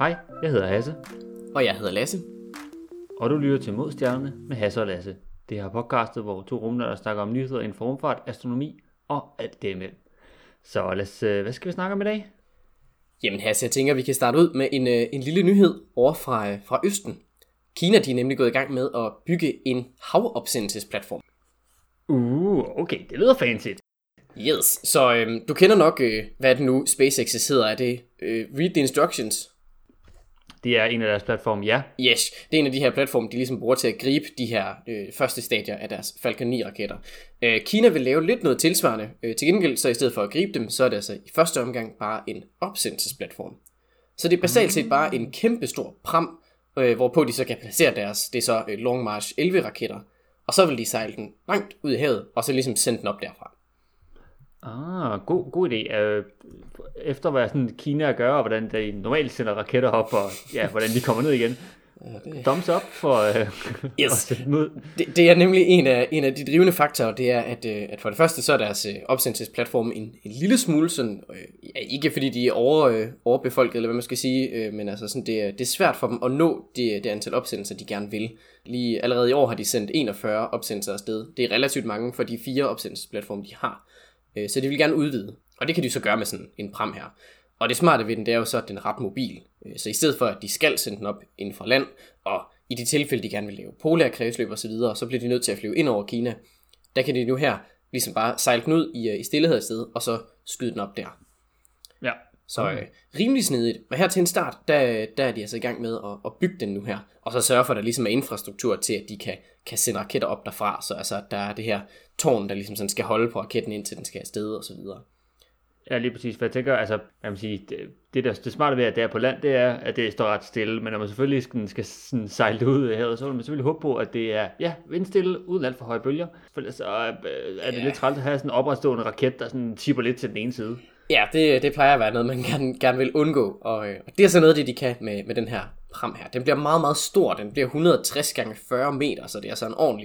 Hej, jeg hedder Hasse, Og jeg hedder Lasse. og du lytter til Mod Stjernerne med Hasse og Lasse. Det her podcastet, hvor to rumnørder snakker om nyheder inden for rumfart, astronomi og alt det imellem. Så hvad skal vi snakke om i dag? Jamen Hasse, jeg tænker, vi kan starte ud med en lille nyhed over fra Østen. Kina, de er nemlig gået i gang med at bygge en havopsendelsesplatform. Okay, det lyder fancy. Yes, så du kender nok, hvad det nu SpaceX hedder. Er det Read the Instructions? Det er en af deres platforme, ja. Yes, det er en af de her platforme, de ligesom bruger til at gribe de her første stadier af deres Falcon 9-raketter. Kina vil lave lidt noget tilsvarende. Til gengæld, så i stedet for at gribe dem, så er det altså i første omgang bare en opsendelsesplatform. Så det er basalt set bare en kæmpe stor pram, hvorpå de så kan placere det er så Long March 11-raketter. Og så vil de sejle den langt ud i havet, og så ligesom sende den op derfra. God idé. Efter hvad sådan Kina gør, og hvordan de normalt sender raketter op, og ja, hvordan de kommer ned igen. Thumbs up for Yes. Det er nemlig en af de drivende faktorer, det er, at for det første, så er deres opsendelsesplatform en lille smule sådan, ikke fordi de er overbefolket, eller hvad man skal sige, men altså sådan, det er svært for dem at nå det antal opsendelser, de gerne vil. Lige allerede i år har de sendt 41 opsendelser afsted. Det er relativt mange for de 4 opsendelsesplatforme, de har. Så de vil gerne udvide, og det kan de så gøre med sådan en pram her. Og det smarte ved den, det er jo så, at den er ret mobil. Så i stedet for, at de skal sende den op inden for land, og i de tilfælde, de gerne vil lave polære kredsløb og så videre, så bliver de nødt til at flyve ind over Kina. Der kan de nu her ligesom bare sejle den ud i stillehed et sted, og så skyde den op der. Ja. Så rimelig snedigt. Og her til en start, der er de altså i gang med at bygge den nu her. Og så sørge for, at der ligesom er infrastruktur til, at de kan sende raketter op derfra. Så altså, der er det her tårn, der ligesom sådan skal holde på raketten, indtil den skal afsted og så videre. Ja, lige præcis. For jeg tænker, altså, jeg vil sige, det smarte ved, at det er på land, det er, at det står ret stille. Men når man selvfølgelig skal sådan sejle det ud af havet, så vil man selvfølgelig håbe på, at det er vindstille, uden alt for høje bølger. For så er det lidt trælt at have sådan en opretstående raket, der sådan tipper lidt til den ene side. Ja, det plejer at være noget, man gerne vil undgå. Og det er så noget, de kan med den her pram her. Den bliver meget, meget stor. Den bliver 160 gange 40 meter, så det er altså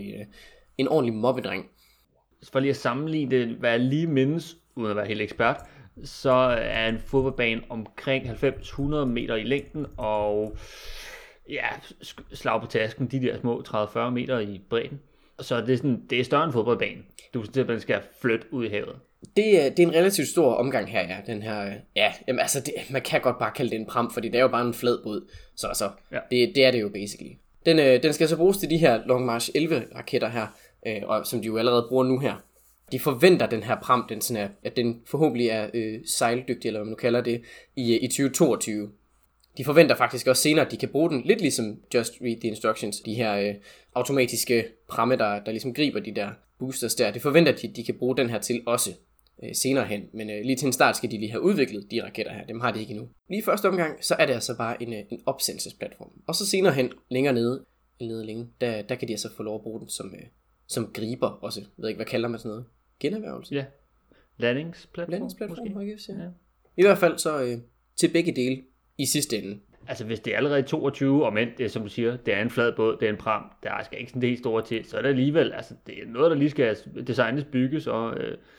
en ordentlig mobbedreng. For lige at sammenligne det, hvad jeg lige mindes, uden at være helt ekspert, så er en fodboldbane omkring 90-100 meter i længden, og ja, slag på tasken, de der små 30-40 meter i bredden. Så det er større end fodboldbane. Du simpelthen skal flytte ud i havet. Det er en relativt stor omgang her, ja. Den her, jamen, altså man kan godt bare kalde det en pram, fordi det er jo bare en flad båd. Så ja. Det er det jo basically. Den skal så bruges til de her Long March 11 raketter her, og som de jo allerede bruger nu her. De forventer den her pram, at den forhåbentlig er sejldygtig, eller hvad man nu kalder det, i 2022. De forventer faktisk også senere, at de kan bruge den, lidt ligesom Just Read the Instructions, de her automatiske pramme, der ligesom griber de der boosters der. De forventer, at de kan bruge den her til også senere hen, men lige til en start skal de lige have udviklet de raketter her, dem har de ikke endnu. Lige i første omgang, så er det altså bare en opsendelsesplatform. Og så senere hen, længere nede, der kan de altså få lov at bruge den som griber også. Jeg ved ikke, hvad kalder man sådan noget? Generhvervelse? Ja, landingsplatform måske? Ja. I hvert fald så til begge dele i sidste ende. Altså hvis det er allerede 22, og men det er som du siger, det er en flad båd, det er en pram, der skal ikke sådan det helt store til, så er det alligevel, altså det er noget, der lige skal designes, bygges og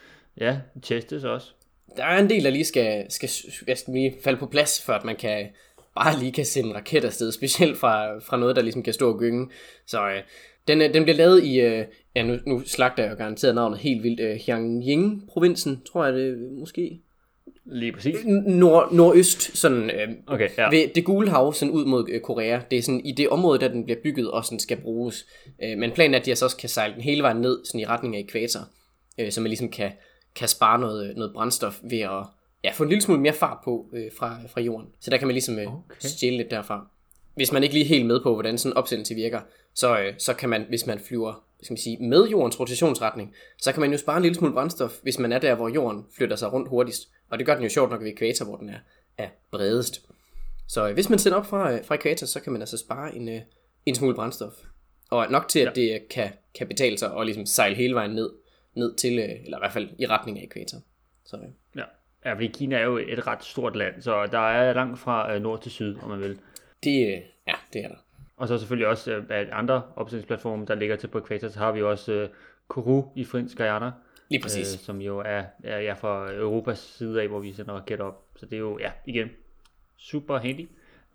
testes også. Der er en del, der lige skal lige falde på plads, for at man bare lige kan sende raketter afsted, specielt fra noget, der ligesom kan stå og gynge. Så den bliver lavet i, nu slagter jeg jo garanteret navnet helt vildt, Jiangyin-provinsen, tror jeg det måske. Lige præcis. Nordøst, sådan okay, ja. Ved det gule hav, sådan ud mod Korea. Det er sådan i det område, der den bliver bygget og sådan skal bruges. Men planen er, at de altså også kan sejle den hele vejen ned, sådan i retning af ækvator, så man ligesom kan spare noget brændstof ved at få en lille smule mere fart på fra jorden. Så der kan man ligesom stjæle lidt derfra. Hvis man ikke lige er helt med på, hvordan sådan en opsendelse virker, så kan man, hvis man flyver med jordens rotationsretning, så kan man jo spare en lille smule brændstof, hvis man er der, hvor jorden flytter sig rundt hurtigst. Og det gør den jo sjovt nok ved ækvator, hvor den er bredest. Så hvis man sender op fra ækvator, så kan man altså spare en smule brændstof. Og nok til, at det kan betale sig at ligesom sejle hele vejen ned til, eller i hvert fald i retning af ækvator. Så ja, fordi Kina er jo et ret stort land, så der er langt fra nord til syd, om man vil. Det er der. Og så selvfølgelig også andre opsendelsesplatforme, der ligger til på ækvator, så har vi også Kourou i Fransk Guyana. Lige præcis. Som jo er fra Europas side af, hvor vi sender raketter op. Så det er jo, igen, super handy.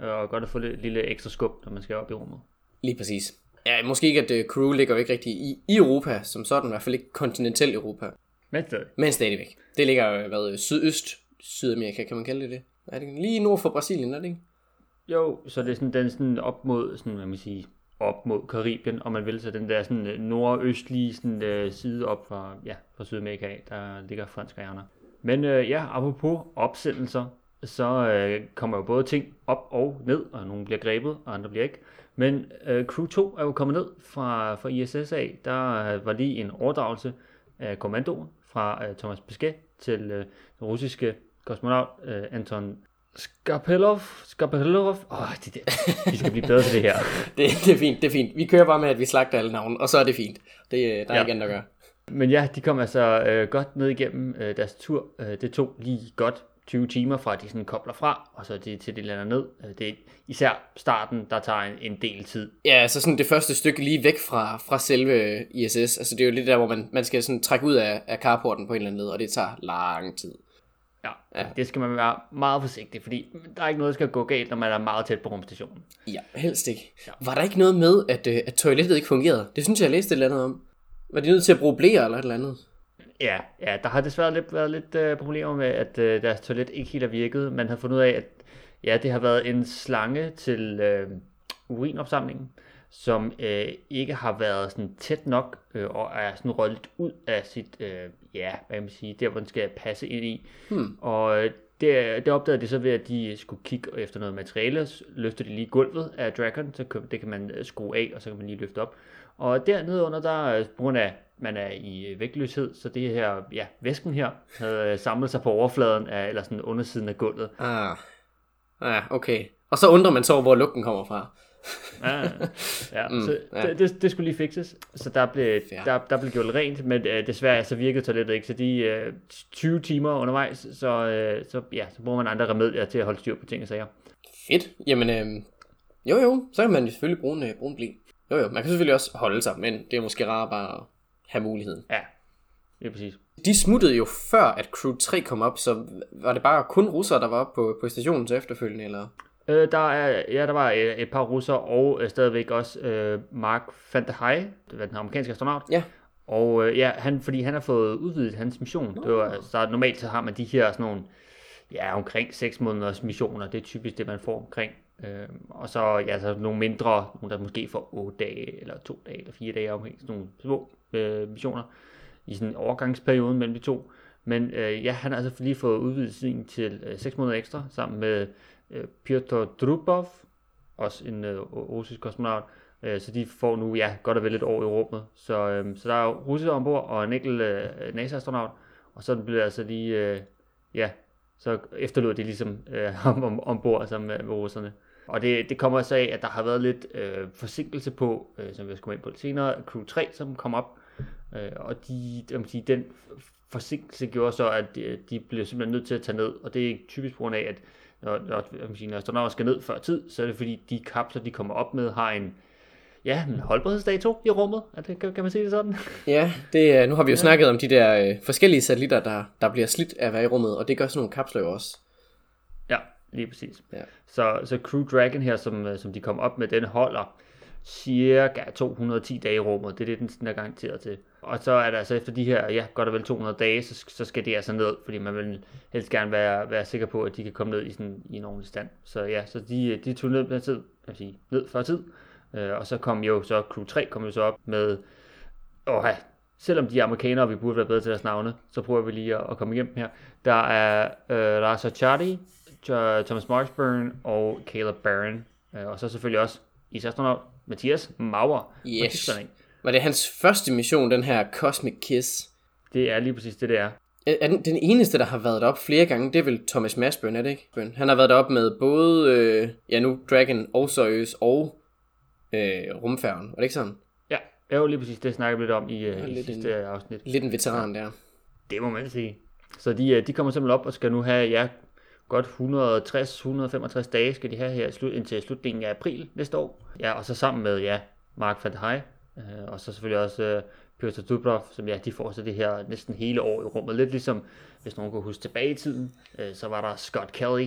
og godt at få lidt lille ekstra skub, når man skal op i rummet. Lige præcis. Ja, måske ikke, at Crew ligger jo ikke rigtig i Europa, som sådan, i hvert fald ikke kontinental Europa. Men stadigvæk. Det ligger jo, Sydamerika, kan man kalde det. Er det lige nord for Brasilien, er det ikke? Jo, så det er sådan, den sådan op mod, sådan, hvad man siger, op mod Karibien, og man vil så den der sådan nordøstlige sådan, side op fra Sydamerika, der ligger Fransk Guyana. Men apropos opsendelser, så kommer jo både ting op og ned, og nogle bliver grebet, og andre bliver ikke. Men Crew 2 er jo kommet ned fra ISS af. Der var lige en overdragelse af kommandoen fra Thomas Pesquet til den russiske kosmonaut Anton Skapelov. Vi skal blive bedre til det her. det er fint. Vi kører bare med, at vi slagter alle navne, og så er det fint. Der er ikke andet at gøre. Men ja, de kom altså godt ned igennem deres tur. Det tog lige godt 20 timer fra, at de sådan kobler fra, og så til de lander ned. Det er især starten, der tager en del tid. Ja, så sådan det første stykke lige væk fra selve ISS. Altså det er jo lidt der, hvor man skal sådan trække ud af carporten på en eller anden led, og det tager lang tid. Ja, det skal man være meget forsigtig, fordi der er ikke noget, der skal gå galt, når man er meget tæt på rumstationen. Ja, helst ikke. Ja. Var der ikke noget med, at toilettet ikke fungerede? Det synes jeg læste et eller andet om. Var de nødt til at bruge blære eller et eller andet? Ja, der har desværre været lidt problemer med, at deres toilet ikke helt har virket. Man har fundet ud af, at det har været en slange til urinopsamlingen, som ikke har været sådan tæt nok, og er sådan røget lidt ud af sit, hvad kan man sige, der hvor den skal passe ind i. Og det opdagede de så ved, at de skulle kigge efter noget materiale, løfte de lige gulvet af Dragon, så det kan man skrue af, og så kan man lige løfte op. Og dernede under, der på grund af, man er i vægtløshed, så det her, væsken her, havde samlet sig på overfladen af, eller sådan undersiden af gulvet. Okay. Og så undrer man så, hvor lugten kommer fra. Så det skulle lige fikses. Så der blev gjort rent, men desværre så virkede toilettet ikke, så de 20 timer undervejs, så bruger man andre remedier til at holde styr på ting og sager. Fedt. Jamen, jo, så kan man selvfølgelig bruge en bli. Jo, man kan selvfølgelig også holde sig, men det er måske rart bare at have muligheden. Ja, det er præcis. De smuttede jo før, at Crew 3 kom op, så var det bare kun russere, der var oppe på stationen til efterfølgende, eller? Der var et par russere, og stadigvæk også Mark van der Heij, den amerikanske astronaut. Ja. Og fordi han har fået udvidet hans mission. Det var, så normalt så har man de her sådan nogle, omkring 6 måneders missioner. Det er typisk det, man får omkring. Og så så nogle mindre, nogle der måske får 8 dage, eller 2 dage, eller 4 dage omkring sådan nogle små missioner i sådan en overgangsperioden mellem de to. Men han har altså lige fået udvidet sin til 6 måneder ekstra, sammen med Pyotr Drupov, også en russisk kosmonaut. Så de får nu godt og vel et år i rummet. Så der er jo russere ombord og en enkelt NASA-astronaut, og så bliver altså lige, så efterlod de ligesom ham ombord sammen med russerne. Og det kommer så af, at der har været lidt forsinkelse på, som vi skal komme ind på lidt senere, Crew 3, som kom op. Og den forsinkelse gjorde så, at de blev simpelthen nødt til at tage ned. Og det er typisk på grund af, at når astronauter skal ned før tid, så er det fordi, de kapsler, de kommer op med, har en holdbarhedsdato i rummet. Kan man sige det sådan? Ja, nu har vi jo snakket om de der forskellige satellitter, der bliver slidt af at være i rummet, og det gør sådan nogle kapsler jo også. Ja, lige præcis. Ja. Så Crew Dragon her, som de kom op med, den holder cirka 210 dage i rummet. Det er det, den er garanteret til. Og så er der altså efter de her, godt og vel 200 dage, så skal det altså ned, fordi man vil helst gerne være sikker på, at de kan komme ned i en ordentlig stand. Så de tog ned før tid. Og så kom Crew 3 kom jo så op med, selvom de amerikanere, vi burde være bedre til deres navne, så prøver vi lige at komme igennem her. Der er Rasa Chadi, Thomas Marshburn og Caleb Barron. Og så selvfølgelig også isastronaut Mathias Maurer. Yes. Var det hans første mission, den her Cosmic Kiss? Det er lige præcis det er. Er den eneste, der har været derop flere gange, det er vel Thomas Marshburn, er det ikke? Han har været derop med både, nu Dragon og Soyuz og rumfærgen, var det ikke sådan? Ja, det er jo lige præcis det, snakker vi lidt om i sidste afsnit. Lidt en veteran der. Det må man sige. Så de kommer simpelthen op og skal nu have, godt 160-165 dage skal de have her indtil slutningen af april næste år. Ja, og så sammen med, Mark van der Heij, og så selvfølgelig også Pyotr Dubrov, som de får så det her næsten hele år i rummet. Lidt ligesom, hvis nogen kunne huske tilbage i tiden, så var der Scott Kelly,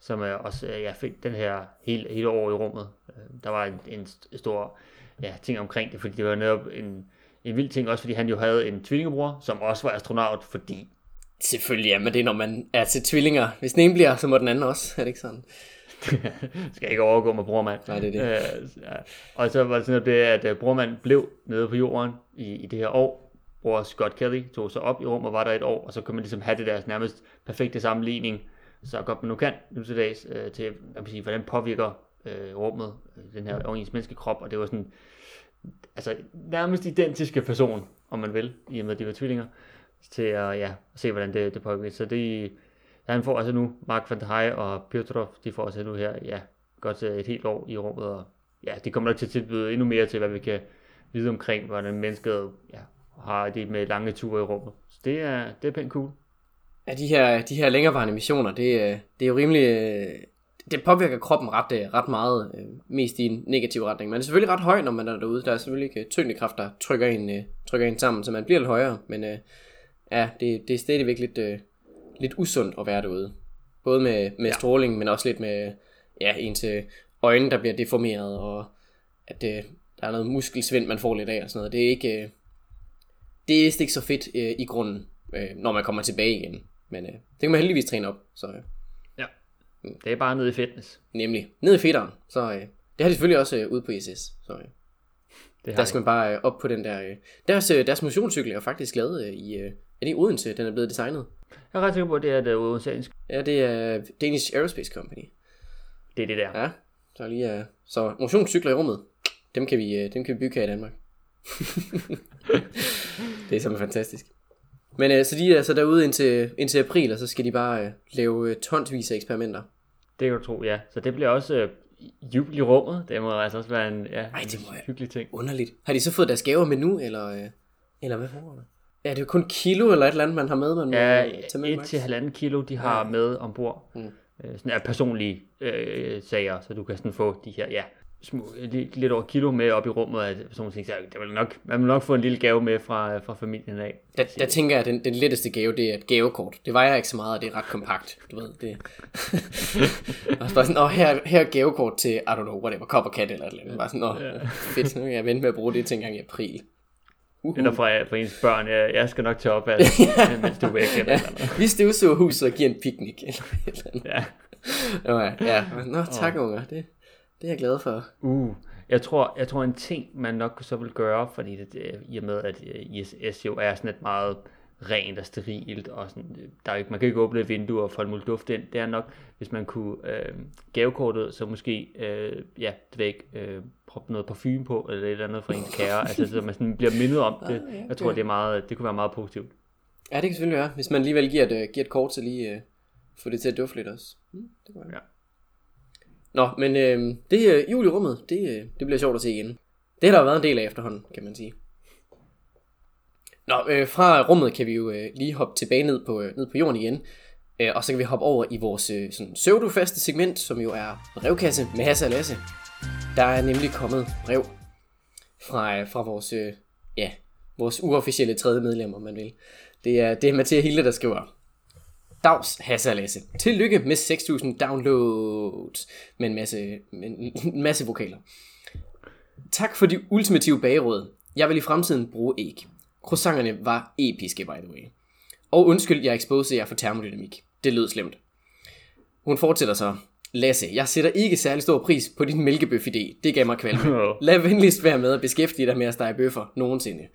som også fik den her hele år i rummet. Der var en stor ting omkring det, fordi det var netop en vild ting, også fordi han jo havde en tvillingebror, som også var astronaut, fordi... Selvfølgelig, ja, men det er, når man er til tvillinger. Hvis den ene bliver, så må den anden også, er det ikke sådan? Skal ikke overgå med brormand. Nej, det er det. Og så var det sådan, at brormand blev nede på jorden i det her år. Bror Scott Kelly tog sig op i rummet og var der et år, og så kunne man ligesom have det der nærmest perfekte sammenligning, så godt man nu kan nu til dags, til hvordan påvirker rummet den her ens menneskekrop, og det var sådan, altså nærmest identiske person, om man vil, i og med de var tvillinger, til at se, hvordan det påvirker. Så han får altså nu, Mark van der Heij og Piotrov, de får altså nu her, godt et helt år i rummet, og de kommer nok til at tilbyde endnu mere til, hvad vi kan vide omkring, hvordan mennesket har det med lange ture i rummet. Så det er pænt cool. Ja, de her længerevarende missioner, det er jo rimelig... Det påvirker kroppen ret meget, mest i en negativ retning. Man er selvfølgelig ret høj, når man er derude. Der er selvfølgelig ikke tyngdekraft, der trykker en sammen, så man bliver lidt højere. Men det er stadigvæk lidt usundt at være derude. Både med stråling, men også lidt med ens øjne, der bliver deformeret, og at der er noget muskelsvind, man får lidt af og sådan noget. Det er ikke så fedt i grunden, når man kommer tilbage igen. Men det kan man heldigvis træne op. Så, det er bare nede i fitness. Nemlig, nede i fedteren. Så det har de selvfølgelig også ude på ISS. Så der skal man bare op på den der... Deres motionscykel er faktisk lavet i Odense, den er blevet designet. Jeg er ret sikker på, at det er det odenseansk. Ja, det er Danish Aerospace Company. Det er det der. Ja, så motionscykler i rummet, dem kan vi bygge her i Danmark. Det er simpelthen fantastisk. Men så de er altså derude indtil april, og så skal de bare lave tonsvis af eksperimenter. Det kan du tro, ja. Så det bliver også jul i rummet. Det må altså også være en hyggelig ting. Underligt. Har de så fået deres gaver med nu, eller hvad foregår det? Ja, det er jo kun kilo eller et eller andet, man har med. Man tage med 1-1,5 kilo, de har med ombord. Sådan er personlige sager, så du kan sådan få de her, lidt over kilo med op i rummet af sådan ting. Så man vil nok få en lille gave med fra familien af. Der tænker jeg, at den letteste gave, det er et gavekort. Det vejer ikke så meget, og det er ret kompakt. Du ved, det. Og så bare sådan, her er gavekort til, I don't know, whatever, kop og kat eller et eller andet. Bare sådan, fedt, nu kan jeg vente med at bruge det til en gang i april. Eller fra ens børn, jeg skal nok tage op af mens du er væk. Eller vi støvsuger huset og giver en picnic. Eller tak unger, det er jeg glad for. Jeg tror en ting, man nok så vil gøre, fordi det i og med, at ISS jo er sådan et meget rent og sterilt, og sådan, man kan ikke åbne vinduer og få muligt luft ind. Det er nok, hvis man kunne gavekortet, så måske proppe noget parfume på, eller et eller andet fra ens kære, altså så man sådan bliver mindet om det. Jeg tror, det kunne være meget positivt. Ja, det kan selvfølgelig være, hvis man alligevel giver et kort, så lige få det til at dufte lidt også. Det kunne være. Nå, men det jul i rummet, det bliver sjovt at se igen. Det har der jo været en del af efterhånden, kan man sige. Nå, fra rummet kan vi jo lige hoppe tilbage ned på jorden igen. Og så kan vi hoppe over i vores sådan pseudo-faste segment, som jo er brevkasse med Hasse og Lasse. Der er nemlig kommet brev fra vores uofficielle tredje medlem, om man vil. Det er Mathias Hilde, der skriver: Dags, Hasse og Lasse. Tillykke med 6.000 downloads med en masse vokaler. Tak for de ultimative bageråd. Jeg vil i fremtiden bruge æg. Croissanterne var episke, by the way. Og undskyld, jeg exposer jer for termodynamik. Det lød slemt. Hun fortsætter så: Lasse, jeg sætter ikke særlig stor pris på din mælkebøf-idé. Det gav mig kvalme. Lad venligst være med at beskæftige dig med at stege bøffer nogensinde.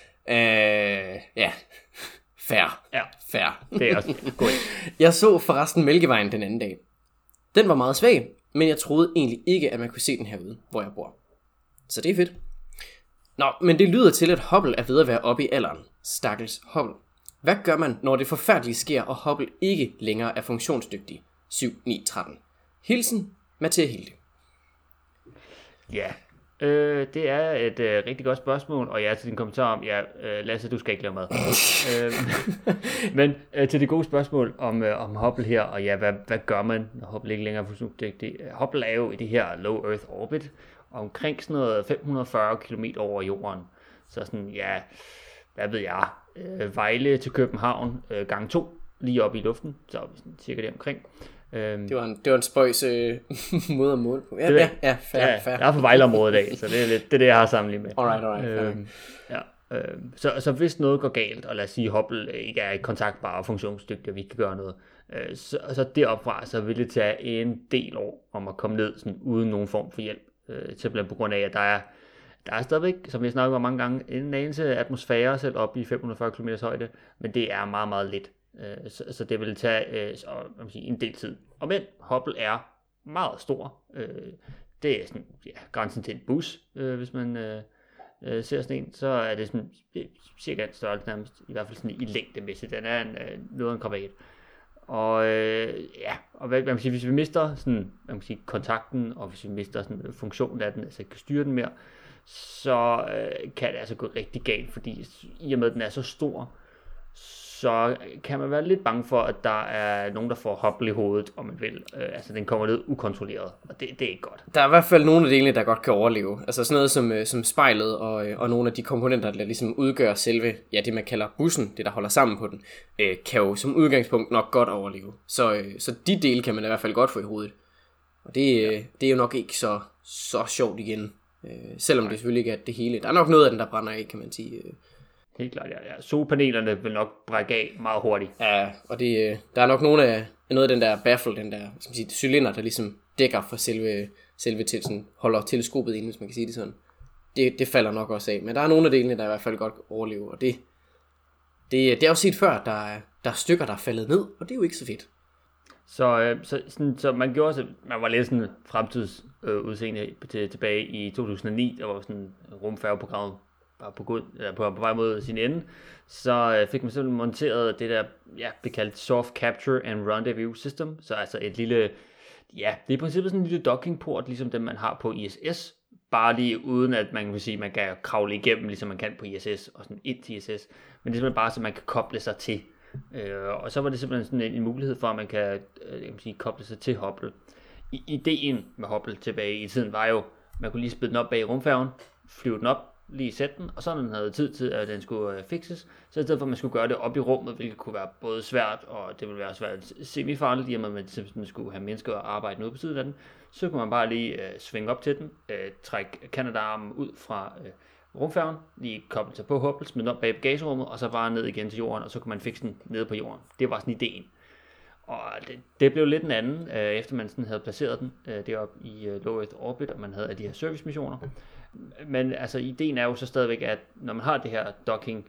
Fair. Ja. Fair. Det er også godt. Jeg så forresten Mælkevejen den anden dag. Den var meget svag, men jeg troede egentlig ikke, at man kunne se den herude, hvor jeg bor. Så det er fedt. Nå, men det lyder til, at Hubble er ved at være oppe i alderen. Stakkels Hubble. Hvad gør man, når det forfærdelige sker, og Hubble ikke længere er funktionsdygtig? 7-9-13. Hilsen, Mathias Hilde. Ja, det er et rigtig godt spørgsmål, og til din kommentar om, Lasse, du skal ikke lave mad. Men til det gode spørgsmål om Hubble her, og hvad gør man, når Hubble ikke længere er funktionsdygtig? Hubble er jo i det her low Earth orbit, omkring sådan noget 540 km over jorden. Så sådan, hvad ved jeg, Vejle til København, gang 2, lige oppe i luften, så sådan cirka det omkring. Det var en spøjs måde at måle på. Fair. Jeg er på Vejle-området i dag, så det er det, jeg har sammenlignet med. Alright. Så hvis noget går galt, og lad os sige, at Hubble ikke er kontaktbar og funktionsdygtig, og vi kan gøre noget, så deropfra, så vil det tage en del år om at komme ned sådan, uden nogen form for hjælp. Simpelthen på grund af, at der er stadigvæk, som vi har snakket om mange gange, en anelse atmosfære selv op i 540 km højde, men det er meget, meget lidt. Så det vil tage en del tid. Og men Hubble er meget stor. Det er sådan, grænsen til en bus, hvis man ser sådan en, så er det sådan cirka en størrelse nærmest, i hvert fald sådan i længdemæssigt. Den er noget af en krabat. Og hvad man siger, hvis vi mister sådan, kontakten, og hvis vi mister sådan funktionen af den, altså kan styre den mere, så kan det altså gå rigtig galt, fordi i og med at den er så stor, så kan man være lidt bange for, at der er nogen, der får Hubble i hovedet, om man vil. Altså, den kommer ned ukontrolleret, og det er ikke godt. Der er i hvert fald nogle af delene, der godt kan overleve. Altså sådan noget som spejlet og nogle af de komponenter, der ligesom udgør selve, det man kalder bussen, det der holder sammen på den, kan jo som udgangspunkt nok godt overleve. Så de dele kan man i hvert fald godt få i hovedet. Og det er jo nok ikke så sjovt igen, selvom det selvfølgelig ikke er det hele. Der er nok noget af den, der brænder af, kan man sige. Helt klart, ja. Solpanelerne vil nok brække af meget hurtigt. Ja, og der er nok noget af den der baffle, den der cylinder, der ligesom dækker for selve til, sådan, holder teleskopet inde, hvis man kan sige det sådan. Det falder nok også af, men der er nogle af delene, der i hvert fald godt overlever, og det er jo set før, der er stykker, der er faldet ned, og det er jo ikke så fedt. Så man gjorde også, man var lidt sådan fremtidsudseende tilbage i 2009, der var sådan rumfærgeprogrammet på vej mod sin ende, så fik man simpelthen monteret det der, blev kaldt Soft Capture and Rendezvous System, så altså et lille, det er i princippet sådan en lille dockingport, ligesom dem man har på ISS, bare lige uden at man kan sige, man kan kravle igennem, ligesom man kan på ISS, og sådan ind til ISS, men det er simpelthen bare, så man kan koble sig til, og så var det simpelthen sådan en mulighed for, at man kan koble sig til Hubble. Ideen med Hubble tilbage i tiden var jo, man kunne lige spille den op bag rumfærgen, flyve den op, lige sætte den, og så når den havde tid til, at den skulle fixes, så i stedet for, at man skulle gøre det op i rummet, hvilket kunne være både svært, og det ville være svært semifarligt, i og med, at man simpelthen skulle have mennesker og arbejde noget på siden af den, så kunne man bare lige svinge op til den, trække Canadarmen ud fra rumfærgen, lige koble sig på Hubble, smide den op bag bagagerummet, og så bare ned igen til jorden, og så kunne man fixe den nede på jorden. Det var sådan ideen. Og det blev lidt en anden, efter man sådan havde placeret den deroppe i Low Earth Orbit, og man havde de her servicemissioner. Men altså ideen er jo så stadigvæk, at når man har det her docking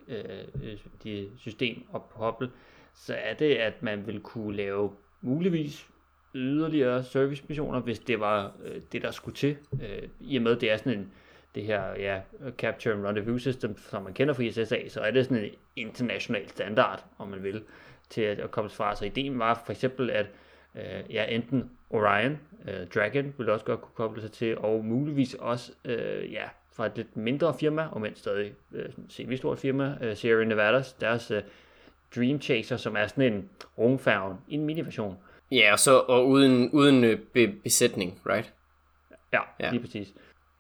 system op på Hubble, så er det, at man vil kunne lave muligvis yderligere servicemissioner, hvis det var det, der skulle til. I og med, det er sådan det her Capture and Rendezvous System, som man kender fra ISS, så er det sådan en international standard, om man vil, til at komme fra. Så ideen var for eksempel, at enten Orion, Dragon ville også godt kunne koble sig til, og muligvis også fra et lidt mindre firma, og men stadig semi-stort firma, Sierra Nevada, deres Dream Chaser, som er sådan en rumfærge, en mini-version. Ja, og uden besætning, right? Ja, lige præcis.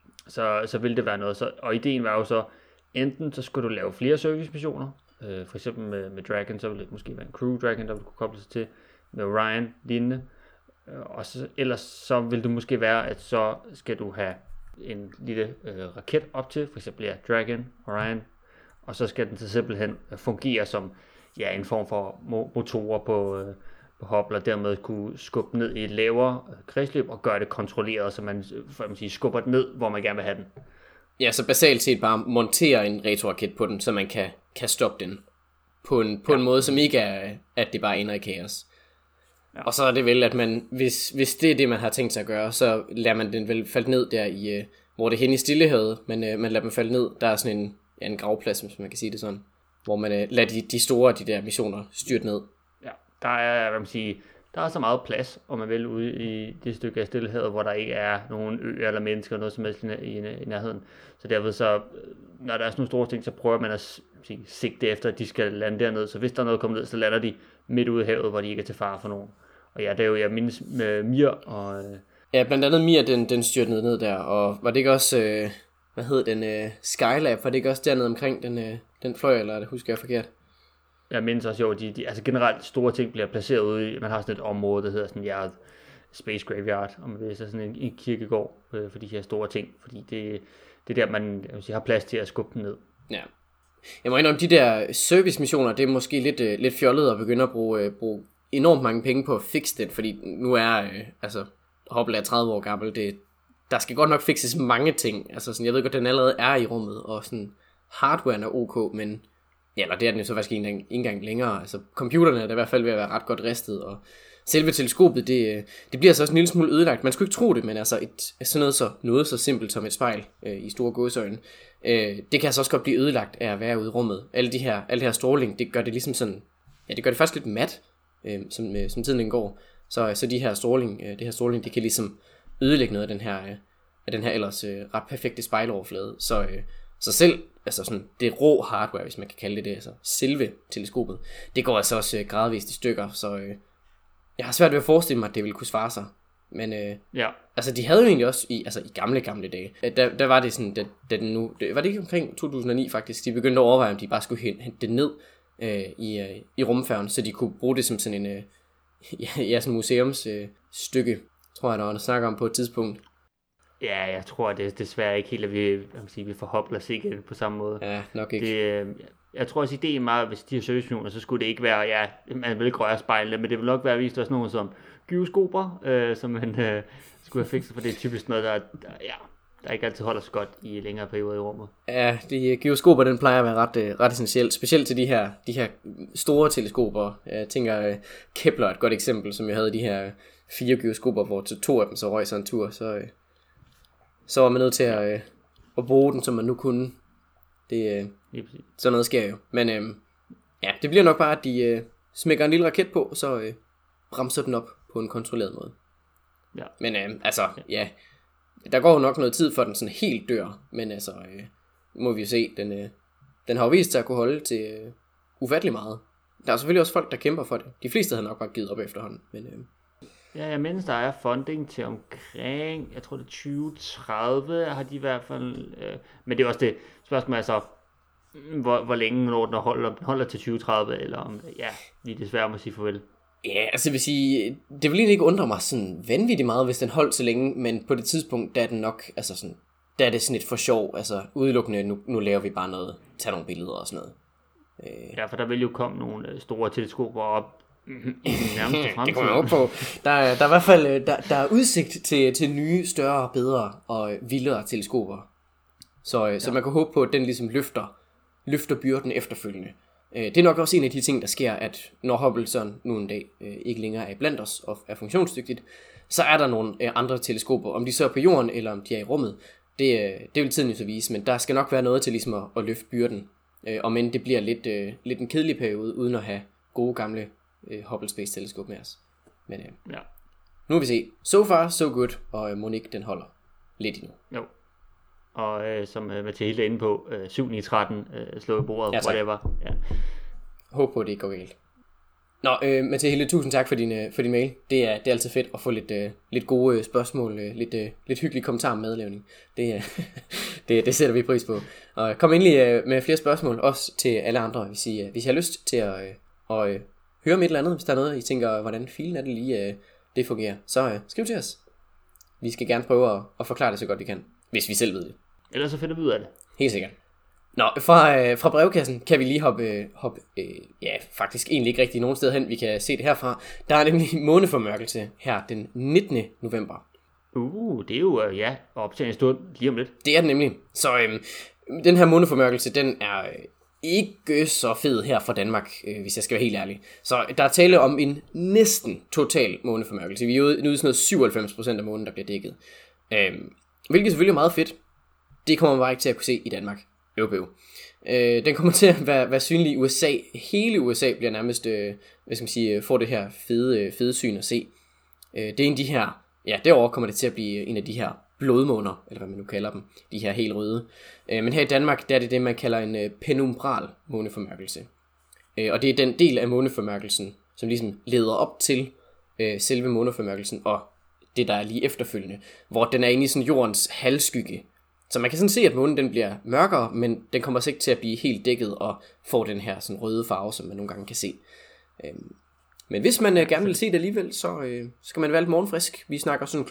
Så ville det være noget. Og ideen var jo så, enten så skulle du lave flere servicemissioner, for eksempel med Dragon, så ville det måske være en Crew Dragon, der ville kunne koble sig til, med Orion lignende, og ellers så vil det måske være, at så skal du have en lille raket op til, for eksempel Dragon, Orion, og så skal den så simpelthen fungere som en form for motorer på Hubble, og dermed kunne skubbe ned i et lavere kredsløb og gøre det kontrolleret, så man skubber den ned, hvor man gerne vil have den. Ja, så basalt set bare montere en retroraket på den, så man kan stoppe den på en måde, som ikke er, at det bare ender i kaos. Ja. Og så er det vel, at man, hvis det er det, man har tænkt sig at gøre, så lader man den vel falde ned der i, hvor det er hen i Stillehavet, men man lader dem falde ned. Der er sådan en gravplads, hvis man kan sige det sådan, hvor man lader de store, de der missioner styrte ned. Ja, der er, der er så meget plads, om man vil, ude i det stykke af Stillehavet, hvor der ikke er nogen øer eller mennesker, noget som helst i nærheden. Så derved så, når der er sådan nogle store ting, så prøver man at sigte efter, at de skal lande derned. Så hvis der er noget kommet ned, så lander de midt ude i havet, hvor de ikke er til fare for nogen. Og det er jo, jeg mindes med Mir og... Ja, blandt andet Mir, den styrtede ned der, og var det ikke også, hvad hed den, Skylab, var det ikke også dernede omkring, den fløj, eller det husker jeg forkert? jeg mindes også jo, altså generelt store ting bliver placeret ude i, man har sådan et område, der hedder sådan Space Graveyard, om man vil, så sådan en kirkegård for de her store ting, fordi det er der, man har plads til at skubbe dem ned. Ja. Jeg må indrømme, de der service-missioner, det er måske lidt fjollet at begynde at bruge enormt mange penge på at fikse det, fordi nu er, Hubble er 30 år gammel, der skal godt nok fikses mange ting, altså sådan, jeg ved godt, den allerede er i rummet, og sådan, hardwaren er ok, men, ja, eller det er den jo så faktisk ikke engang længere, altså, computerne er i hvert fald ved at være ret godt ristet, og selve teleskopet, det bliver så også en lille smule ødelagt, man skulle ikke tro det, men altså, sådan noget så simpelt som et spejl, i store gåseøjne, det kan altså også godt blive ødelagt af at være ude i rummet, alle det her stråling, det gør det ligesom sådan, ja, det gør det faktisk lidt mat, som tiden den går, så det her stråling, det kan ligesom ødelægge noget af den her ellers ret perfekte spejloverflade. Så selv altså sådan det rå hardware, hvis man kan kalde det, altså selve teleskopet, det går altså også gradvist i stykker, så jeg har svært ved at forestille mig, at det ville kunne svare sig. Men altså de havde jo egentlig også i gamle dage, der var det sådan, var det ikke omkring 2009 faktisk, de begyndte at overveje, om de bare skulle hente det ned i rumfærgen, så de kunne bruge det som sådan en sådan museumsstykke, tror jeg, der var noget snakker om på et tidspunkt. Ja, jeg tror det er desværre ikke helt, at vi får Hubble at se igen på samme måde. Ja, nok ikke. Jeg tror også, ideen meget, hvis de har servicemissioner, så skulle det ikke være, man vil ikke røre spejlene, men det vil nok være vist også nogen som gyroskoper, som man skulle have fikset, for det er typisk noget, der ikke altid holder så godt i længere perioder i rummet. Ja, de gyroskoper, den plejer at være ret essentielt, specielt til de her store teleskoper. Jeg tænker, Kepler er et godt eksempel, som jo havde de her 4 gyroskoper, hvor til 2 af dem så røg sig en tur, så var man nødt til at bruge den, som man nu kunne. Sådan noget sker jo. Men det bliver nok bare, at de smækker en lille raket på, og så bremser den op på en kontrolleret måde. Ja. Men der går jo nok noget tid, for den sådan helt dør. Men altså, må vi jo se, den har jo vist sig at kunne holde til ufattelig meget. Der er selvfølgelig også folk, der kæmper for det. De fleste havde nok bare givet op efterhånden. Men ja, jeg mindes, der er funding til omkring, jeg tror det er 2030, har de i hvert fald, men det er også det spørgsmål, altså, hvor længe når den holder til 2030, eller om, vi desværre må sige farvel. Ja, altså jeg vil sige, det vil egentlig ikke undre mig sådan vanvittigt meget, hvis den holdt så længe, men på det tidspunkt, der er den nok, altså sådan, der er det sådan et for sjov, altså udelukkende, nu laver vi bare noget, tager nogle billeder og sådan noget. Ja, for der vil jo komme nogle store teleskoper op, i den nærmeste fremtid. Det kommer jeg op på. Der er i hvert fald der er udsigt til nye, større, bedre og vildere teleskoper. Så man kan håbe på, at den ligesom løfter byrden efterfølgende. Det er nok også en af de ting, der sker, at når Hubble sådan nu en dag ikke længere er blandt os og er funktionsdygtigt, så er der nogle andre teleskoper. Om de så er på jorden, eller om de er i rummet, det vil tiden jo så vise, men der skal nok være noget til ligesom at løfte byrden. Og men det bliver lidt en kedelig periode, uden at have gode gamle Hubble Space Teleskop med os. Men nu vil vi se. So far, so good. Og Monique, den holder lidt endnu. Jo. Og som Mathilde er inde på, 7-9-13 slå i bordet, whatever. Ja. Håb på, at det ikke går galt. Nå, Mathilde, tusind tak for din mail. Det er altid fedt at få lidt gode spørgsmål, lidt hyggelige kommentarer med madlavning. Det sætter vi pris på. Og kom endelig med flere spørgsmål, også til alle andre, hvis I har lyst til at høre om et eller andet, hvis der er noget, I tænker, hvordan filen er det lige, det fungerer. Så skriv til os. Vi skal gerne prøve at forklare det så godt vi kan, hvis vi selv ved det. Ellers så finder vi ud af det. Helt sikkert. Nå, fra brevkassen kan vi lige hoppe faktisk egentlig ikke rigtig nogen sted hen, vi kan se det herfra. Der er nemlig måneformørkelse her den 19. november. Det er jo, optagende stund lige om lidt. Det er den nemlig. Så den her måneformørkelse, den er ikke så fed her fra Danmark, hvis jeg skal være helt ærlig. Så der er tale om en næsten total måneformørkelse. Vi er ude sådan noget 97% af månen, der bliver dækket. Hvilket selvfølgelig er meget fedt. Det kommer man bare ikke til at kunne se i Danmark. Den kommer til at være synlig i USA. Hele USA bliver nærmest, får det her fede syn at se. Det er en af de her, derovre kommer det til at blive en af de her blodmåner, eller hvad man nu kalder dem, de her helt røde. Men her i Danmark, der er det man kalder en penumbral måneformørkelse. Og det er den del af måneformørkelsen, som ligesom leder op til selve måneformørkelsen, og det der er lige efterfølgende, hvor den er inde i sådan jordens halvskygge. Så man kan sådan se, at månen den bliver mørkere, men den kommer så ikke til at blive helt dækket og får den her sådan røde farve, som man nogle gange kan se. Men hvis man gerne vil se det alligevel, så skal man være lidt morgenfrisk. Vi snakker sådan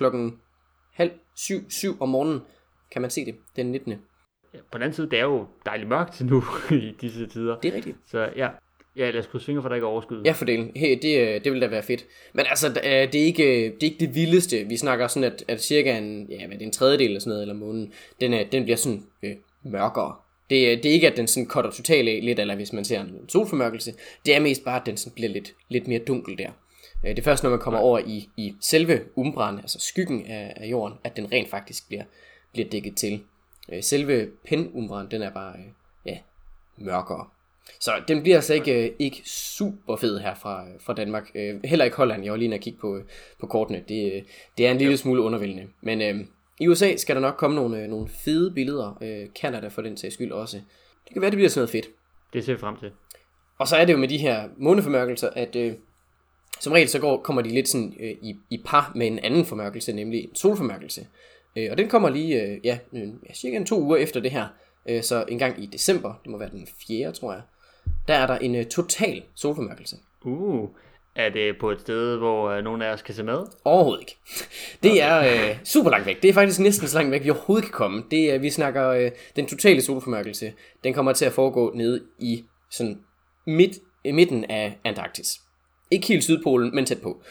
6:30 om morgenen, kan man se det, den 19. Ja, på den anden side, det er jo dejligt mørkt nu i disse tider. Det er rigtigt. Så ja, lad os krydse fingre for, at der ikke er overskud. Ja, fordelen. Hey, det vil da være fedt. Men altså, det er ikke det vildeste. Vi snakker sådan, at cirka en tredjedel eller sådan noget, eller månen, den bliver sådan mørkere. Det er ikke, at den sådan cutter totalt af lidt, eller hvis man ser en solformørkelse. Det er mest bare, at den sådan bliver lidt mere dunkel der. Det er først, når man kommer over i selve umbraen, altså skyggen af jorden, at den rent faktisk bliver dækket til. Selve penumbraen, den er bare mørkere. Så den bliver altså ikke super fed her fra Danmark. Heller ikke Holland. Jeg var lige inde og kigge på kortene. Det er en lille smule undervældende. Men i USA skal der nok komme nogle fede billeder. Canada for den sags skyld også. Det kan være, det bliver sådan noget fedt. Det ser vi frem til. Og så er det jo med de her måneformørkelser, at som regel så kommer de lidt sådan i par med en anden formørkelse, nemlig en solformørkelse. Og den kommer lige cirka 2 uger efter det her. Så en gang i december, det må være den 4. tror jeg, der er der en total solformørkelse. Er det på et sted, hvor nogen af os kan se med? Overhovedet ikke. Det er super langt væk. Det er faktisk næsten så langt væk, vi overhovedet kan komme. Vi snakker den totale solformørkelse. Den kommer til at foregå nede i sådan midten af Antarktis. Ikke helt Sydpolen, men tæt på.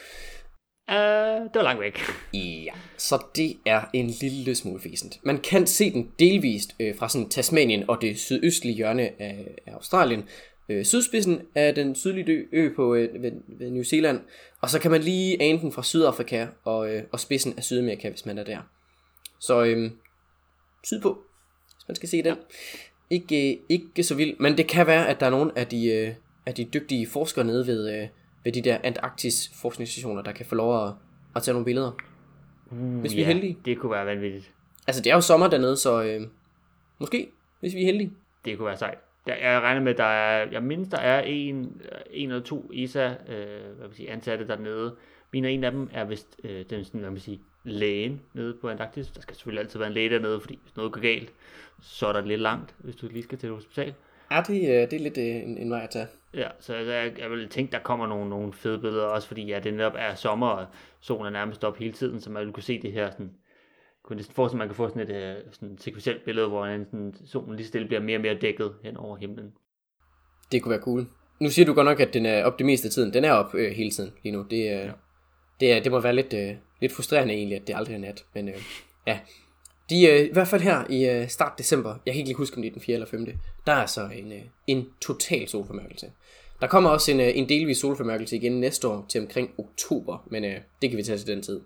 Det var langt væk. Ja, så det er en lille smule fæsent. Man kan se den delvist fra sådan Tasmanien og det sydøstlige hjørne af Australien. Sydspidsen af den sydlige ø på ved New Zealand. Og så kan man lige ane den fra Sydafrika og spidsen af Sydamerika, hvis man er der. Så sydpå, hvis man skal se den. Ikke så vildt, men det kan være, at der er nogle af de dygtige forskere nede ved de der Antarktis forskningsstationer, der kan få lov at tage nogle billeder. Hvis vi er heldige. Det kunne være vanvittigt. Altså det er jo sommer dernede, så måske, hvis vi er heldige. Det kunne være sejt. Jeg regner med, der er en eller 2 ESA ansatte dernede. En af dem er vist den sådan, lægen nede på Antarktis. Der skal selvfølgelig altid være en læge dernede, fordi hvis noget går galt, så er der lidt langt, hvis du lige skal til et hospital. Ja, det er lidt en vej at tage. Ja, så jeg vil tænke, der kommer nogle fede billeder, også fordi det netop er sommer, og solen er nærmest op hele tiden, så man vil kunne se det her sådan, kunne næsten forestille, man kan få sådan et sådan sekventielt billede, hvor solen lige stille bliver mere og mere dækket hen over himlen. Det kunne være cool. Nu siger du godt nok, at den er op det meste af tiden. Den er op hele tiden lige nu. Det må være lidt frustrerende egentlig, at det aldrig er nat. Men ja, i hvert fald her i start december, jeg kan ikke lige huske, om det er den 4. eller 5. Der er så en total solformørkelse. Der kommer også en delvis solformørkelse igen næste år til omkring oktober, men det kan vi tage til den tid.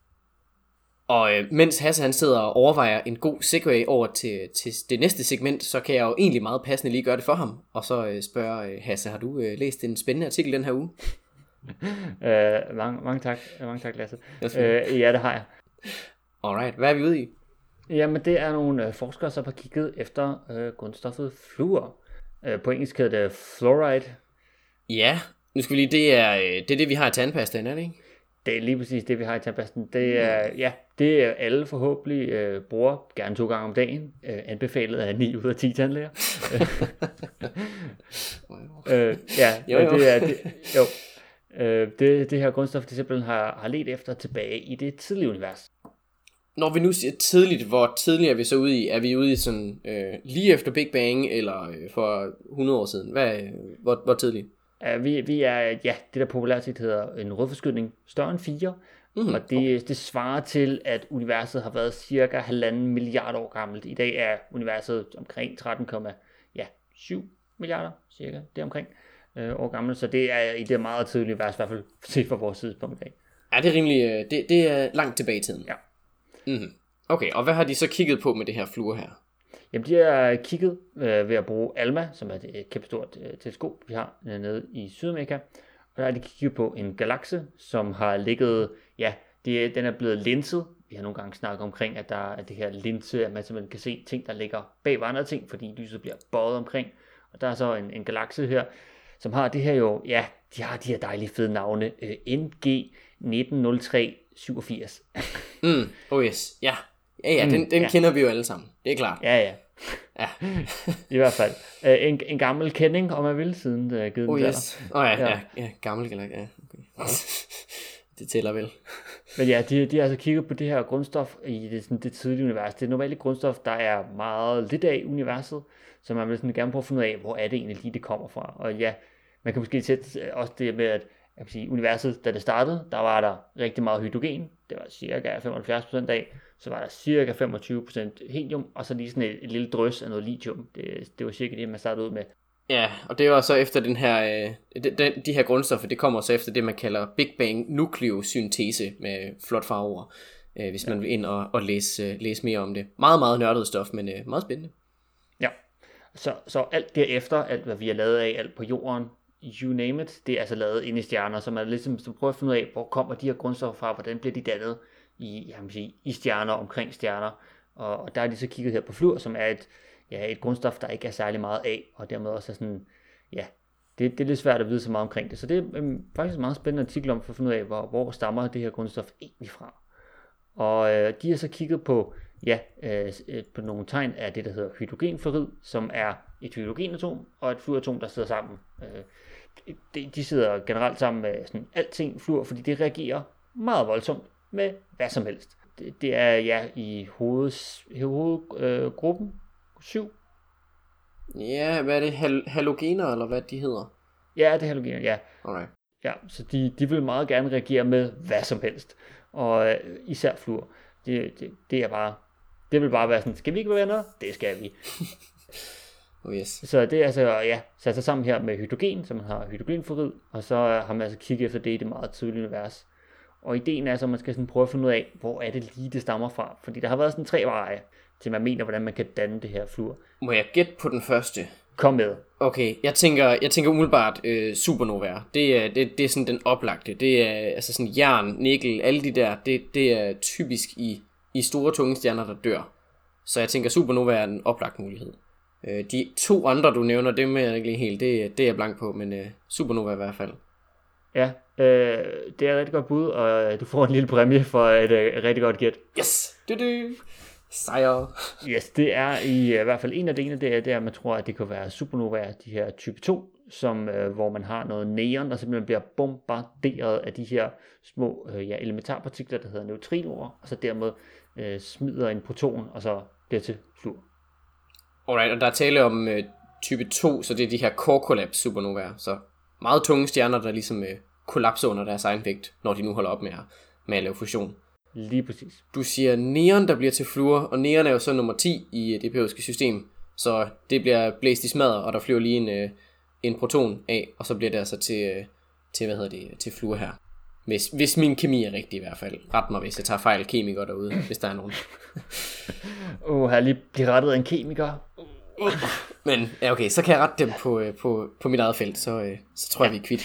Og mens Hasse han sidder og overvejer en god segue over til det næste segment, så kan jeg jo egentlig meget passende lige gøre det for ham. Og så spørge Hasse, har du læst en spændende artikel den her uge? Mange tak Lasse. Ja, det har jeg. Alright, hvad er vi ude i? Jamen det er nogle forskere, som har kigget efter grundstoffet fluor. På engelsk hedder det fluoride. Ja, nu skal vi lige, det er det vi har i tandpastaen, er det ikke? Det er lige præcis det vi har i tandpastaen. Det er alle forhåbentlig bruger gerne 2 gange om dagen. Anbefalet af 9 ud af 10 tandlæger. Det her grundstof, det simpelthen har ledt efter tilbage i det tidlige univers. Når vi nu siger tidligt, hvor tidligt er vi så ude i? Er vi ude i sådan lige efter Big Bang, eller for 100 år siden? Hvor tidligt? Vi er, det der populært set hedder en rødforskydning større end 4. Og det svarer til, at universet har været cirka 1,5 milliard år gammelt. I dag er universet omkring 13,7 milliarder, cirka, det omkring år gammelt. Så det er i det meget tidlige univers, i hvert fald set fra vores tidspunkt i dag. Ja, det er rimelig, det er langt tilbage i tiden. Ja. Okay, og hvad har de så kigget på med det her fluor her? Jamen, de har kigget ved at bruge ALMA, som er et kæmpe stort teleskop, vi har nede i Sydamerika. Og der har de kigget på en galakse, som har ligget, den er blevet linset. Vi har nogle gange snakket omkring, at der er det her linse, at man simpelthen kan se ting, der ligger bag andre ting, fordi lyset bliver bøjet omkring. Og der er så en galakse her, som har det her jo, de har de her dejlige fede navne, NG 190387. Oh yes, ja. Ja, den kender vi jo alle sammen. Det er klart. Ja. I hvert fald. En gammel kending, om man vil, siden det er givet den yes. Ja, gammel galak, ja. Okay. Det tæller vel. Men ja, de har altså kigget på det her grundstof i det tidlige univers. Det er normalt et grundstof, der er meget lidt af i universet, så man vil sådan gerne prøve at finde ud af, hvor er det egentlig lige, det kommer fra. Og ja, man kan måske sætte også det med, at jeg kan sige, universet, da det startede, der var der rigtig meget hydrogen. Det var cirka 75% af. Så var der cirka 25% helium, og så lige sådan et lille drøs af noget lithium. Det var cirka det, man startede ud med. Ja, og det var så efter den her, de her grundstoffer, det kommer så efter det, man kalder Big Bang nukleosyntese med flot farver, hvis man vil ind og læse mere om det. Meget, meget nørdet stof, men meget spændende. Ja, så alt derefter, alt hvad vi har lavet af, alt på jorden, you name it, det er altså lavet inde i stjerner, så man ligesom prøver at finde ud af, hvor kommer de her grundstoffer fra, hvordan bliver de dannet i stjerner, omkring stjerner. Og der er de så kigget her på fluor, som er et grundstof, der ikke er særlig meget af, og dermed også er sådan, det er lidt svært at vide så meget omkring det. Så det er faktisk en meget spændende artikel om for at finde ud af, hvor stammer det her grundstof egentlig fra. Og de har så kigget på, på nogle tegn af det, der hedder hydrogenfluorid, som er et hydrogenatom og et fluoratom, der sidder sammen. De sidder generelt sammen med sådan alting fluor, fordi det reagerer meget voldsomt med hvad som helst. Det er i hovedgruppen 7. Ja, hvad er det? Halogener, eller hvad de hedder? Ja, det er halogener, ja. Alright. Ja, så de vil meget gerne reagere med hvad som helst. Og især fluor. Det er bare, det vil bare være sådan, skal vi ikke være venner? Det skal vi. Oh yes. Så det er altså, sat sig sammen her med hydrogen, så man har hydrogenfluorid, og så har man altså kigget efter det i det meget tidlige univers. Og ideen er så, at man skal sådan prøve at finde ud af, hvor er det lige, det stammer fra. Fordi der har været sådan 3 veje, til man mener, hvordan man kan danne det her fluor. Må jeg gætte på den første? Kom med. Okay, jeg tænker umiddelbart supernovaer. Det er sådan den oplagte. Det er altså sådan jern, nikkel, alle de der, det er typisk i store tunge stjerner, der dør. Så jeg tænker supernovaer er en oplagt mulighed. De 2 andre, du nævner, dem er jeg ikke lige helt, det er jeg blank på, men supernova i hvert fald. Ja, det er et rigtig godt bud, og du får en lille præmie for et rigtig godt gæt. Yes! Sejr! Yes, det er i hvert fald en af delene, det er, at man tror, at det kan være supernovaer, de her type 2, hvor man har noget neon, der simpelthen bliver bombarderet af de her små elementarpartikler, der hedder neutrinoer, og så dermed smider en proton, og så bliver til fluor. Alright, og der er tale om type 2, så det er de her core collapse supernovaer, så meget tunge stjerner, der ligesom kollapser under deres egen vægt, når de nu holder op med at lave fusion. Lige præcis. Du siger neon, der bliver til fluor, og neon er jo så nummer 10 i det periodiske system, så det bliver blæst i smadret, og der flyver lige en proton af, og så bliver det altså til fluor her. Hvis min kemi er rigtig i hvert fald. Ret mig, hvis jeg tager fejl kemikere derude, hvis der er nogen. Her lige blive rettet af en kemiker. Men ja, okay, så kan jeg rette dem på mit eget felt, så tror jeg, vi er kvitt.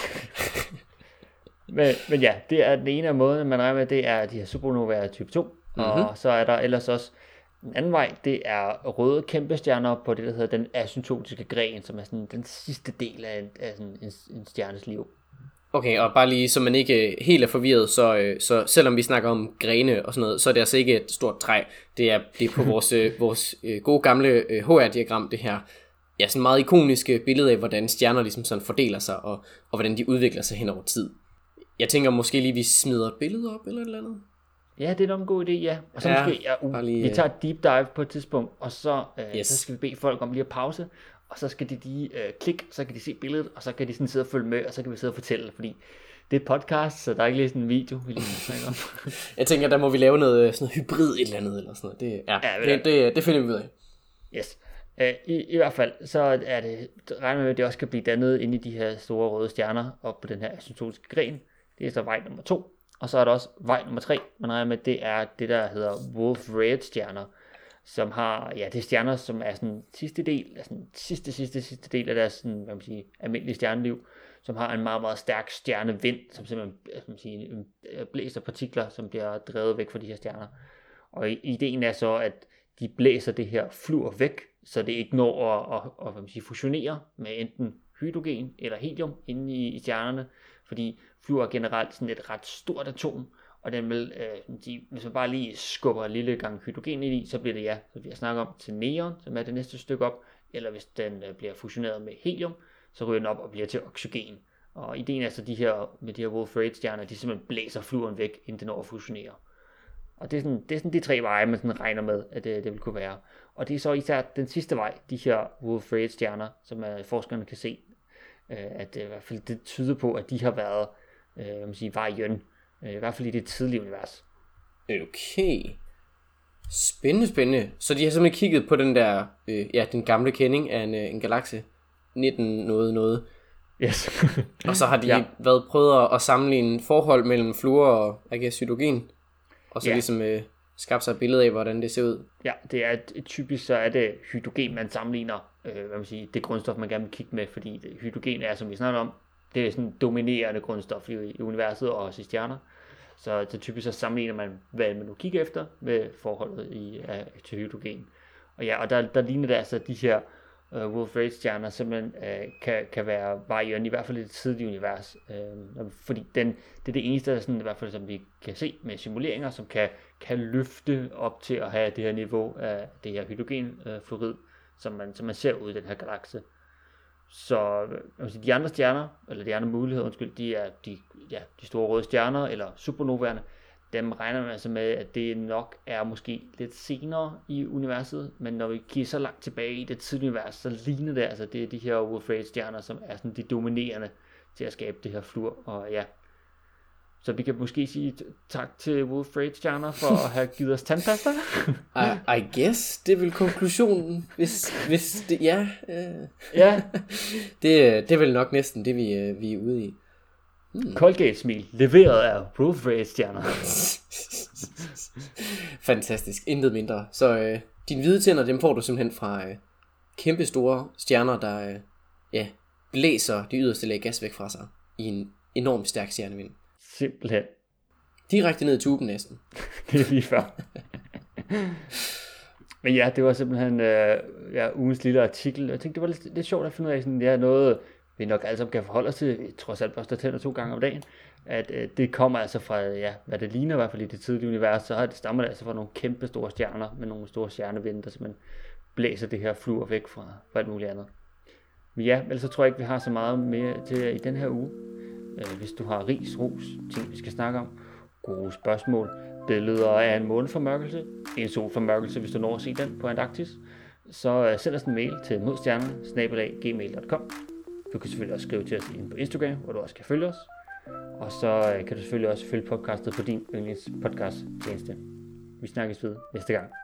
Men ja, det er den ene af måden, man regner med, det er de her supernovaer type 2. Mm-hmm. Og så er der ellers også en anden vej, det er røde kæmpestjerner på det, der hedder den asymptotiske gren, som er sådan den sidste del af sådan en stjernes liv. Okay, og bare lige, så man ikke helt er forvirret, så selvom vi snakker om grene og sådan noget, så er det altså ikke et stort træ. Det er på vores gode gamle HR-diagram, det her. Ja, sådan meget ikoniske billede af, hvordan stjerner ligesom sådan fordeler sig, og hvordan de udvikler sig hen over tid. Jeg tænker måske lige, vi smider et billede op eller et eller andet. Ja, det er nok en god idé, ja. Og så måske, vi tager et deep dive på et tidspunkt, og så skal vi bede folk om lige at pause, og så skal de lige klikke, så kan de se billedet, og så kan de sådan sidde og følge med, og så kan vi sidde og fortælle, fordi det er et podcast, så der er ikke lige sådan en video, vi lige snakker om. Jeg tænker, der må vi lave noget sådan noget hybrid et eller andet, eller sådan noget. Det finder vi ud af. Yes. I hvert fald, så er det regner med, at det også kan blive dannet inde i de her store røde stjerner, op på den her asymptotiske gren. Det er så vej nummer 2. Og så er der også vej nummer 3, man regner med, det er det, der hedder Wolf-Rayet stjerner, som har, det er stjerner, som er sådan sidste del, sidste del af deres sådan, hvad man siger, almindelige stjerneliv, som har en meget, meget stærk stjernevind, som simpelthen blæser partikler, som bliver drevet væk fra de her stjerner. Og ideen er så, at de blæser det her fluor væk, så det ikke når at fusionere med enten hydrogen eller helium inde i stjernerne, fordi fluor er generelt sådan et ret stort atom, og den vil, hvis man bare lige skubber en lille gang hydrogen ind i, så bliver det så vi har snakket om, til neon, som er det næste stykke op, eller hvis den bliver fusioneret med helium, så ryger den op og bliver til oxygen. Og ideen er så med de her Wolf-Rayet-stjerner, de simpelthen blæser fluoren væk, inden den når at fusionere. Og det er sådan de 3 veje, man sådan regner med, at det vil kunne være. Og det er så især den sidste vej, de her Wolf-Rayet-stjerner, som forskerne kan se, at i hvert fald det tyder på, at de har været varien, i hvert fald i det tidlige univers. Okay. Spændende. Så de har simpelthen kigget på den der, den gamle kending af en galakse, 19 noget. Yes. Og så har de prøvet at sammenligne forhold mellem fluor og hydrogen, og så ligesom skabt sig et billede af, hvordan det ser ud. Ja, det er typisk så er det hydrogen, man sammenligner, det grundstof, man gerne vil kigge med, fordi hydrogen er, som vi snakker om, det er sådan en dominerende grundstof i universet og også i stjerner. Så typisk så sammenligner man, hvad man nu kigger efter med forholdet til hydrogen. Og der ligner det altså, de her Wolf-Rayet-stjerner simpelthen kan være varien, i hvert fald i det tidlige univers. Fordi det er det eneste, der sådan, i hvert fald som vi kan se med simuleringer, som kan løfte op til at have det her niveau af det her hydrogenfluorid, som man ser ud i den her galakse. Så de andre stjerner, eller de andre muligheder, de er de store røde stjerner, eller supernovaerne, dem regner man altså med, at det nok er måske lidt senere i universet, men når vi kigger så langt tilbage i det tidlige univers, så ligner det altså, det er de her Wolf-Rayet-stjerner, som er sådan de dominerende til at skabe det her fluor, og så vi kan måske sige tak til Wolf-Rayet-stjerner for at have givet os tandpasta. I guess, det er vel konklusionen, hvis det, Ja. det er vel nok næsten det, vi er ude i. Colgate-smil, leveret af Wolf-Rayet-stjerner. Fantastisk, intet mindre. Så dine hvide tænder, dem får du simpelthen fra kæmpe store stjerner, der blæser de yderste lag gas væk fra sig i en enorm stærk stjernevind. Simpelthen. Direkte ned i tuben næsten. Det er lige før. Men det var simpelthen ugens lille artikel. Jeg tænkte, det var lidt sjovt at finde ud af, sådan, noget vi nok alle sammen kan forholde os til. Vi trods alt børster tænder 2 gange om dagen. At det kommer altså fra, hvad det ligner i hvert fald i det tidlige univers, så stammer det altså fra nogle kæmpe store stjerner, med nogle store stjernevinde, der simpelthen blæser det her fluor væk fra alt muligt andet. Men ellers så tror jeg ikke, vi har så meget mere til i den her uge. Hvis du har ris, ros, ting vi skal snakke om, gode spørgsmål, billeder af en måneformørkelse, en solformørkelse, hvis du når at se den på Antarktis, så send os en mail til modstjerner@gmail.com. Du kan selvfølgelig også skrive til os inde på Instagram, hvor du også kan følge os. Og så kan du selvfølgelig også følge podcastet på din yndlingspodcast tjeneste. Vi snakkes ved næste gang.